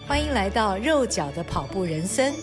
欢迎来到肉脚的跑步人生。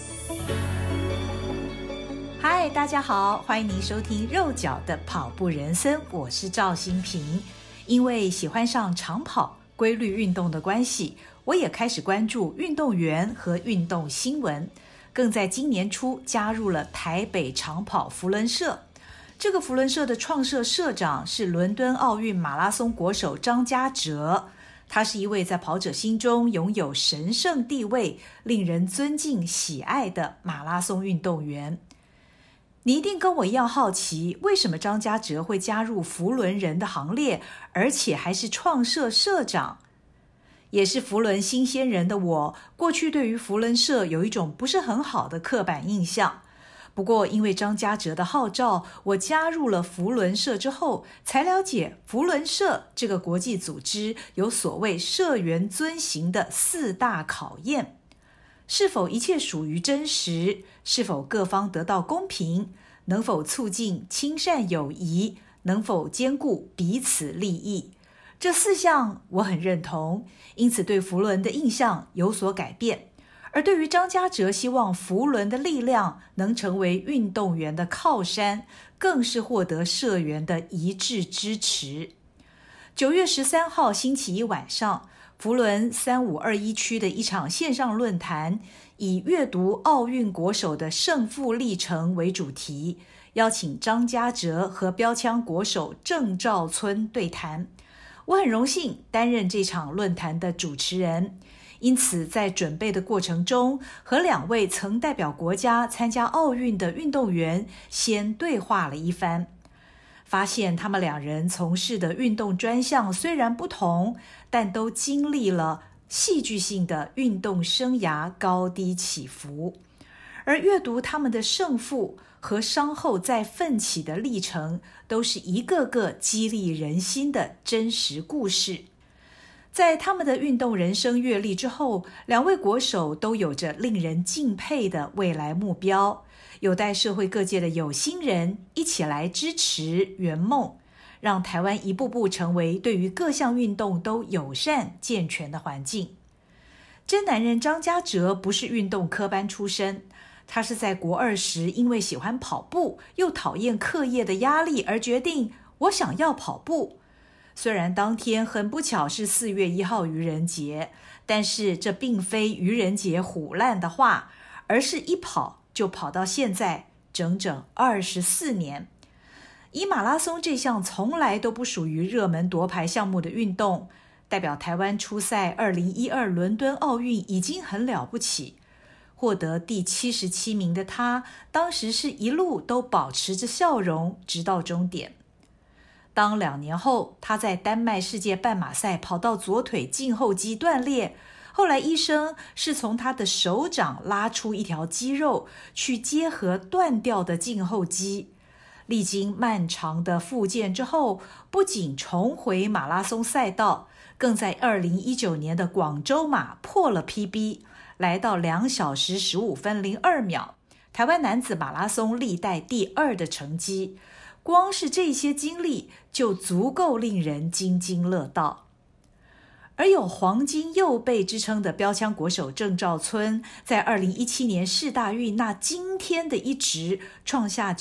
嗨，大家好，欢迎您收听肉脚的跑步人生，我是赵新平。因为喜欢上长跑、规律运动的关系，我也开始关注运动员和运动新闻，更在今年初加入了台北长跑扶轮社。这个扶轮社的创社社长是伦敦奥运马拉松国手张家哲，他是一位在跑者心中拥有神圣地位、令人尊敬喜爱的马拉松运动员。你一定跟我一样好奇，为什么张家哲会加入扶轮人的行列，而且还是创社社长？也是扶轮新鲜人的我，过去对于扶轮社有一种不是很好的刻板印象。不过因为张家哲的号召，我加入了扶轮社之后，才了解扶轮社这个国际组织有所谓社员遵行的4大考验：是否一切属于真实，是否各方得到公平，能否促进亲善友谊，能否兼顾彼此利益。这4项我很认同，因此对扶轮的印象有所改变。而对于张家哲希望扶轮的力量能成为运动员的靠山，更是获得社员的一致支持。9月13号星期一晚上，扶轮3521区的一场线上论坛，以阅读奥运国手的胜负历程为主题，邀请张家哲和标枪国手郑兆村对谈。我很荣幸担任这场论坛的主持人，因此在准备的过程中，和2位曾代表国家参加奥运的运动员先对话了一番，发现他们2人从事的运动专项虽然不同，但都经历了戏剧性的运动生涯高低起伏。而阅读他们的胜负和伤后再奋起的历程，都是一个个激励人心的真实故事。在他们的运动人生阅历之后，2位国手都有着令人敬佩的未来目标，有待社会各界的有心人一起来支持圆梦，让台湾一步步成为对于各项运动都友善健全的环境。真男人张家哲不是运动科班出身，他是在国2时因为喜欢跑步，又讨厌课业的压力而决定我想要跑步。虽然当天很不巧是4月1号愚人节，但是这并非愚人节唬烂的话，而是一跑就跑到现在整整24年。以马拉松这项从来都不属于热门夺牌项目的运动，代表台湾出赛2012伦敦奥运已经很了不起。获得第77名的他，当时是一路都保持着笑容，直到终点。当2年后，他在丹麦世界半马赛跑到左腿胫后肌断裂，后来医生是从他的手掌拉出一条肌肉去结合断掉的胫后肌。历经漫长的复健之后，不仅重回马拉松赛道，更在2019年的广州马破了 PB， 来到2小时15分02秒，台湾男子马拉松历代第2的成绩。光是这些经历就足够令人津津乐道。而有黄金右背之称的标枪国手郑兆村，在2017年世大运那惊天的一直，创下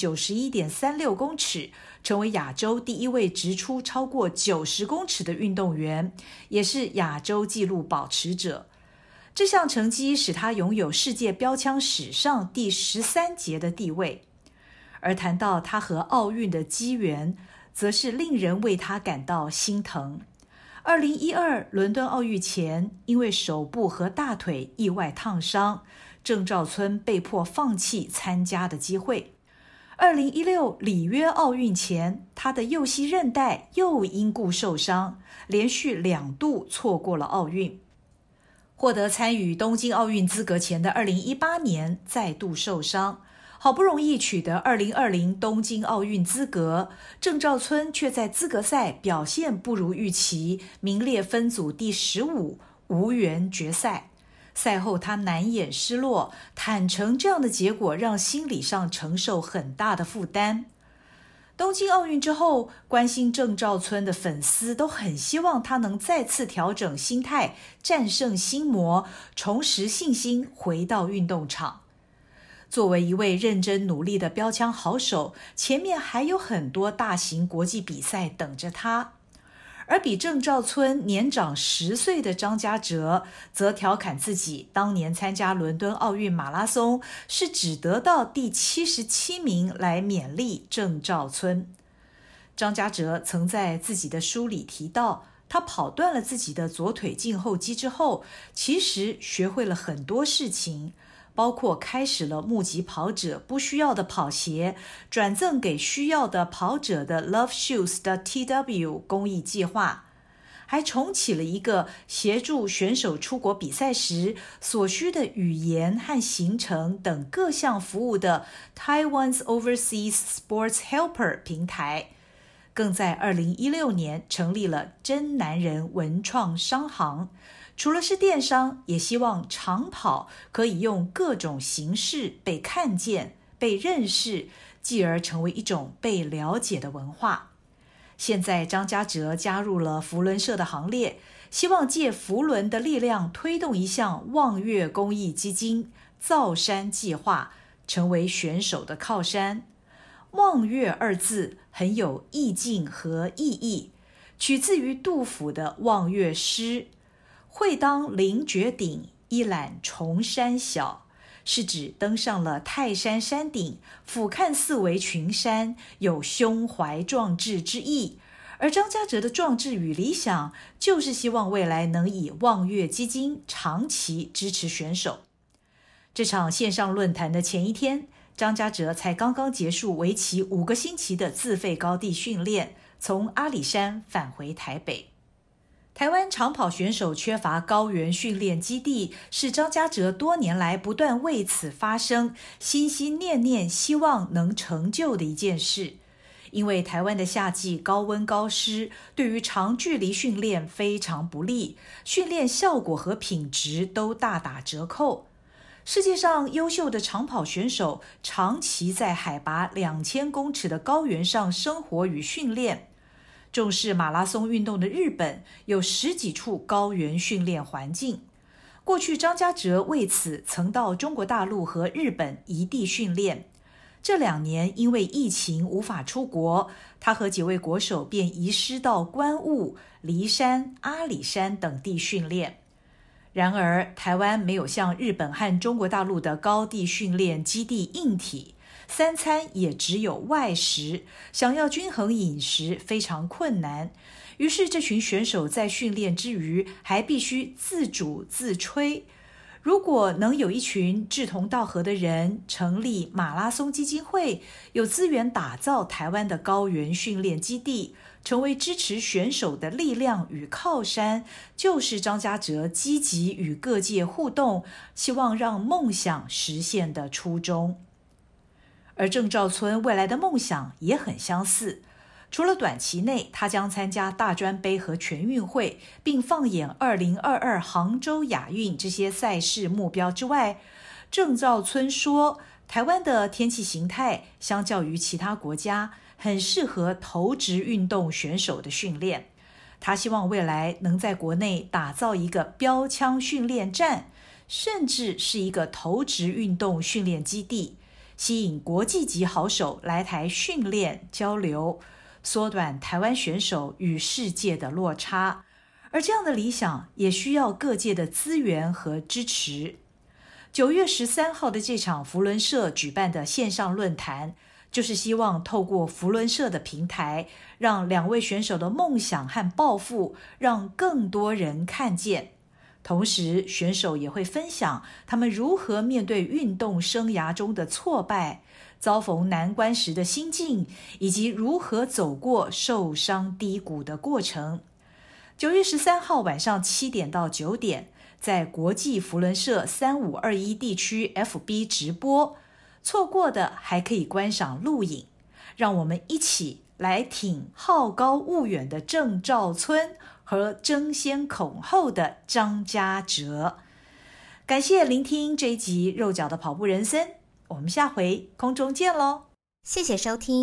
91.36 公尺，成为亚洲第1位直出超过90公尺的运动员，也是亚洲纪录保持者。这项成绩使他拥有世界标枪史上第13节的地位。而谈到他和奥运的机缘，则是令人为他感到心疼。2012伦敦奥运前，因为手部和大腿意外烫伤，郑兆村被迫放弃参加的机会。2016里约奥运前，他的右膝韧带又因故受伤，连续2度错过了奥运。获得参与东京奥运资格前的2018年再度受伤，好不容易取得2020东京奥运资格，郑兆村却在资格赛表现不如预期，名列分组第15，无缘决赛。赛后他难掩失落，坦诚这样的结果让心理上承受很大的负担。 东京奥运之后，关心郑肇村的粉丝都很希望他能再次调整心态，战胜心魔，重拾信心，回到运动场。作为一位认真努力的标枪好手，前面还有很多大型国际比赛等着他。而比郑肇村年长10岁的张家哲则调侃自己当年参加伦敦奥运马拉松是只得到第77名来勉励郑肇村。张家哲曾在自己的书里提到，他跑断了自己的左腿胫后肌之后，其实学会了很多事情，包括开始了募集跑者不需要的跑鞋，转赠给需要的跑者的 Love Shoes 的 TW 公益计划，还重启了一个协助选手出国比赛时所需的语言和行程等各项服务的 Taiwan's Overseas Sports Helper 平台，更在2016年成立了真男人文创商行。除了是电商，也希望长跑可以用各种形式被看见、被认识，继而成为一种被了解的文化。现在张家哲加入了扶轮社的行列，希望借扶轮的力量推动一项望月公益基金造山计划，成为选手的靠山。望月二字很有意境和意义，取自于杜甫的望月诗，会当凌绝顶，一览重山小，是指登上了泰山山顶，俯瞰四围群山，有胸怀壮志之意。而张家哲的壮志与理想，就是希望未来能以望月基金长期支持选手。这场线上论坛的前一天，张家哲才刚刚结束为期5个星期的自费高地训练，从阿里山返回台北。台湾长跑选手缺乏高原训练基地，是张家哲多年来不断为此发声，心心念念希望能成就的一件事。因为台湾的夏季高温高湿，对于长距离训练非常不利，训练效果和品质都大打折扣。世界上优秀的长跑选手长期在海拔2000公尺的高原上生活与训练。重视马拉松运动的日本有10几处高原训练环境。过去张家哲为此曾到中国大陆和日本移地训练。这2年因为疫情无法出国，他和几位国手便移师到观雾、梨山、阿里山等地训练。然而，台湾没有像日本和中国大陆的高地训练基地硬体，3餐也只有外食，想要均衡饮食非常困难。于是这群选手在训练之余还必须自主自吹。如果能有一群志同道合的人成立马拉松基金会，有资源打造台湾的高原训练基地，成为支持选手的力量与靠山，就是张家哲积极与各界互动，希望让梦想实现的初衷。而郑肇村未来的梦想也很相似，除了短期内他将参加大专杯和全运会，并放眼2022杭州亚运这些赛事目标之外，郑肇村说，台湾的天气形态相较于其他国家很适合投掷运动选手的训练。他希望未来能在国内打造一个标枪训练站，甚至是一个投掷运动训练基地，吸引国际级好手来台训练交流，缩短台湾选手与世界的落差。而这样的理想也需要各界的资源和支持。9月13号的这场扶轮社举办的线上论坛，就是希望透过扶轮社的平台，让2位选手的梦想和抱负让更多人看见。同时，选手也会分享他们如何面对运动生涯中的挫败，遭逢难关时的心境，以及如何走过受伤低谷的过程。9月13号晚上7点到9点，在国际扶轮社3521地区 FB 直播，错过的还可以观赏录影。让我们一起来挺好高骛远的郑肇村和争先恐后的张家哲。感谢聆听这一集肉脚的跑步人生，我们下回空中见咯。 谢谢收听，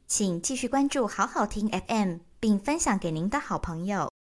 请继续关注好好听 FM， 并分享给您的好朋友。